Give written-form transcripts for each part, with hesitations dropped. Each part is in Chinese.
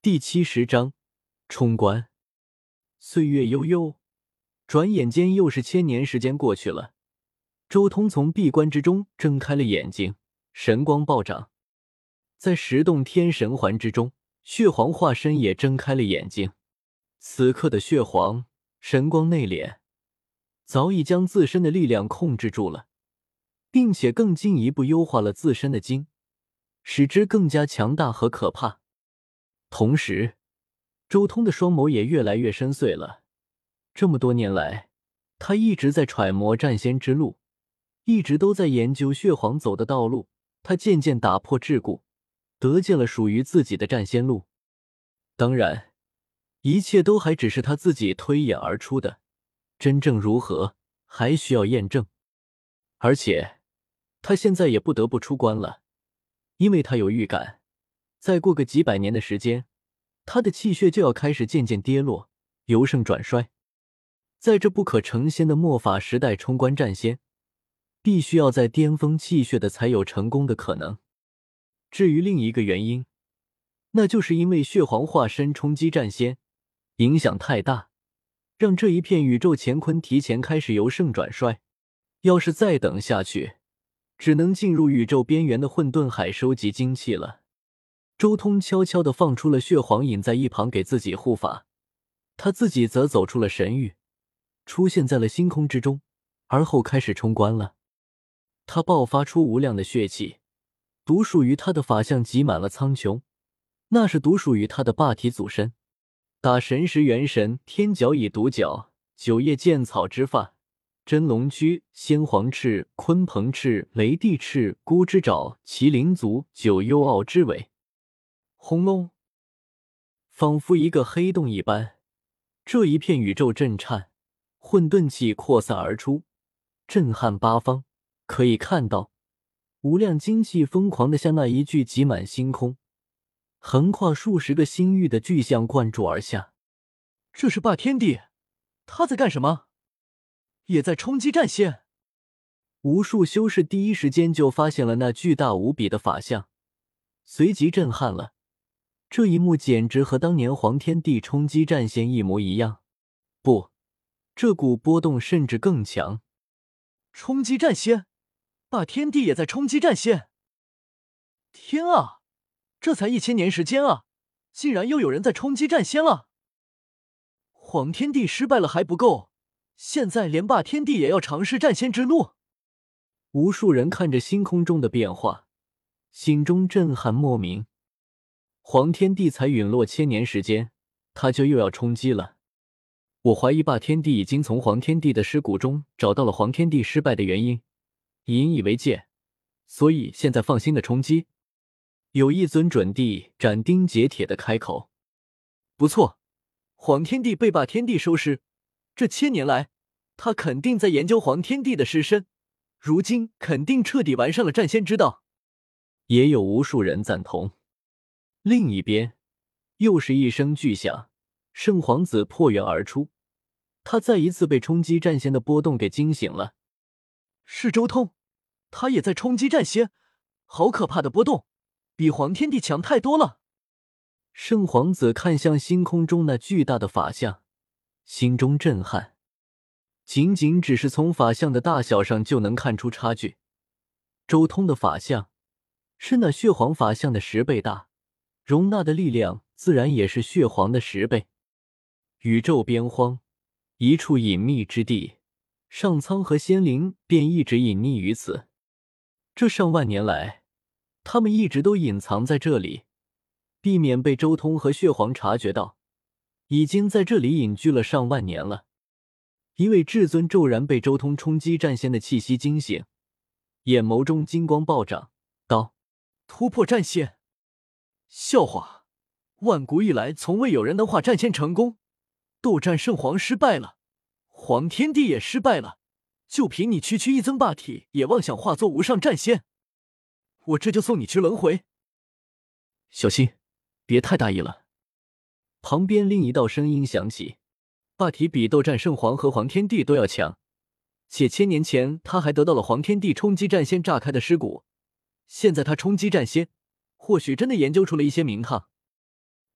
第70章冲关。岁月悠悠，转眼间又是1000年时间过去了。周通从闭关之中睁开了眼睛，神光暴涨。在10洞天神环之中，血皇化身也睁开了眼睛。此刻的血皇神光内敛，早已将自身的力量控制住了，并且更进一步优化了自身的精，使之更加强大和可怕。同时，周通的双眸也越来越深邃了。这么多年来，他一直在揣摩战仙之路，一直都在研究血皇走的道路。他渐渐打破桎梏，得见了属于自己的战仙路。当然，一切都还只是他自己推演而出的，真正如何还需要验证。而且，他现在也不得不出关了，因为他有预感，再过个几百年的时间，他的气血就要开始渐渐跌落，由盛转衰。在这不可成仙的末法时代冲关战仙，必须要在巅峰气血的才有成功的可能。至于另一个原因，那就是因为血皇化身冲击战仙，影响太大，让这一片宇宙乾坤提前开始由盛转衰。要是再等下去，只能进入宇宙边缘的混沌海收集精气了。周通悄悄地放出了血皇引在一旁给自己护法，他自己则走出了神域，出现在了星空之中，而后开始冲关了。他爆发出无量的血气，独属于他的法相挤满了苍穹，那是独属于他的霸体祖身。打神石元神、天角蚁独角、九叶剑草之发、真龙躯、仙皇翅、鲲鹏翅、雷帝翅、孤之爪、麒麟足、九幽奥之尾。轰隆！仿佛一个黑洞一般，这一片宇宙震颤，混沌气扩散而出，震撼八方。可以看到，无量精气疯狂地向那一具挤满星空，横跨数十个星域的巨象灌注而下。 这是霸天帝，他在干什么？也在冲击战仙。 无数修士第一时间就发现了那巨大无比的法相，随即震撼了。这一幕简直和当年黄天帝冲击战仙一模一样，不，这股波动甚至更强。 冲击战仙，霸天帝也在冲击战仙。天啊，这才1000年时间啊，竟然又有人在冲击战仙了。黄天帝失败了还不够，现在连霸天帝也要尝试战仙之路。 无数人看着星空中的变化，心中震撼莫名。黄天帝才陨落1000年时间，他就又要冲击了。我怀疑霸天帝已经从黄天帝的尸骨中找到了黄天帝失败的原因，引以为戒，所以现在放心的冲击。有一尊准帝斩钉截铁的开口： 不错，黄天帝被霸天帝收尸，这1000年来，他肯定在研究黄天帝的尸身，如今肯定彻底完善了战仙之道。 也有无数人赞同。另一边，又是一声巨响，圣皇子破元而出，他再一次被冲击战仙的波动给惊醒了。 是周通，他也在冲击战仙，好可怕的波动，比黄天帝强太多了。 圣皇子看向星空中那巨大的法相，心中震撼。仅仅只是从法相的大小上就能看出差距。周通的法相是那血皇法相的10倍大，容纳的力量自然也是血皇的10倍。宇宙边荒，一处隐秘之地，上苍和仙灵便一直隐匿于此。这上万年来，他们一直都隐藏在这里，避免被周通和血皇察觉到，已经在这里隐居了上万年了。一位至尊骤然被周通冲击战仙的气息惊醒，眼眸中金光暴涨，道： 突破战仙！笑话，万古以来从未有人能化战仙成功，斗战圣皇失败了，黄天帝也失败了，就凭你区一尊霸体也妄想化作无上战仙，我这就送你去轮回。 小心，别太大意了。旁边另一道声音响起，霸体比斗战圣皇和黄天帝都要强，且1000年前他还得到了黄天帝冲击战仙炸开的尸骨，现在他冲击战仙，或许真的研究出了一些名堂。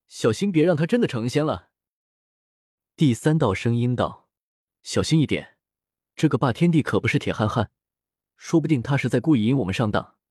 小心别让他真的成仙了。 第三道声音道：“ 小心一点，这个霸天帝可不是铁憨憨，说不定他是在故意引我们上当。”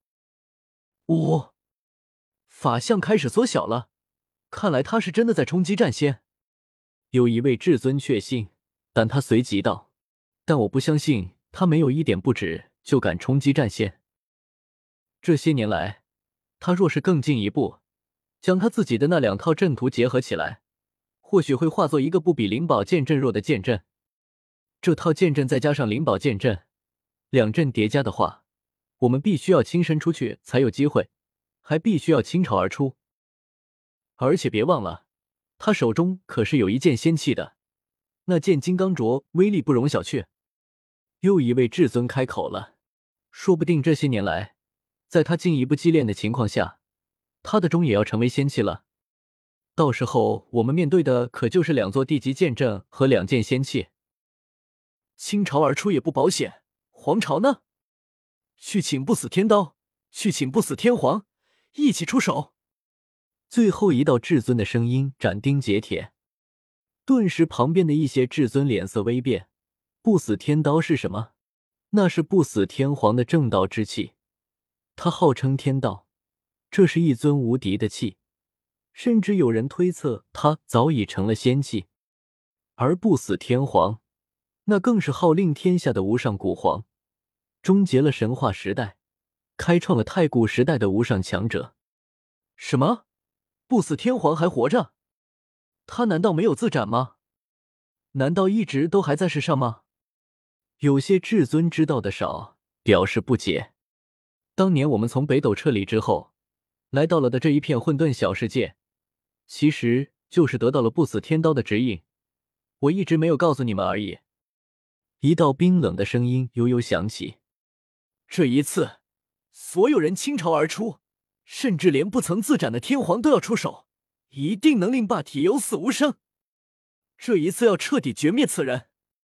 法相开始缩小了，看来他是真的在冲击战仙。 有一位至尊确信，但他随即道：“但我不相信他没有一点不止就敢冲击战仙。这些年来，他若是更进一步，将他自己的那2套阵图结合起来，或许会化作一个不比灵宝剑阵弱的剑阵。这套剑阵再加上灵宝剑阵，2阵叠加的话，我们必须要亲身出去才有机会，还必须要倾巢而出。而且别忘了，他手中可是有一件仙器的，那件金刚镯威力不容小觑。”又一位至尊开口了，说不定这些年来，在他进一步激炼的情况下，他的钟也要成为仙器了。到时候我们面对的可就是2座地级剑阵和2件仙器。 倾巢而出也不保险，皇朝呢？去请不死天刀，去请不死天皇，一起出手。 最后一道至尊的声音斩钉截铁，顿时旁边的一些至尊脸色微变。不死天刀是什么？那是不死天皇的正道之气，他号称天道，这是一尊无敌的气，甚至有人推测他早已成了仙器。而不死天皇，那更是号令天下的无上古皇，终结了神话时代，开创了太古时代的无上强者。 什么？不死天皇还活着？他难道没有自斩吗？难道一直都还在世上吗？ 有些至尊知道的少，表示不解。当年我们从北斗撤离之后，来到了的这一片混沌小世界，其实就是得到了不死天刀的指引，我一直没有告诉你们而已。一道冰冷的声音悠悠响起。 这一次，所有人倾巢而出，甚至连不曾自斩的天皇都要出手，一定能令霸体有死无生。这一次要彻底绝灭此人。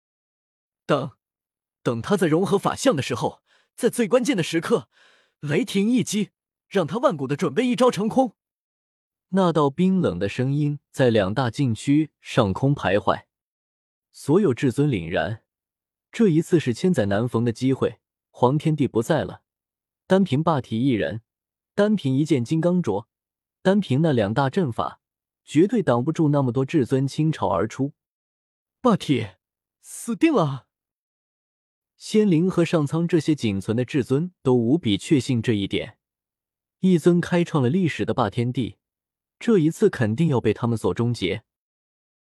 等他在融合法相的时候，在最关键的时刻，雷霆一击，让他万古的准备一招成空。 那道冰冷的声音在2大禁区上空徘徊，所有至尊凛然，这一次是千载难逢的机会。黄天帝不在了，单凭霸体一人，单凭一件金刚镯，单凭那2大阵法，绝对挡不住那么多至尊倾巢而出。 霸体死定了！ 仙灵和上苍这些仅存的至尊都无比确信这一点。一尊开创了历史的霸天帝，这一次肯定要被他们所终结。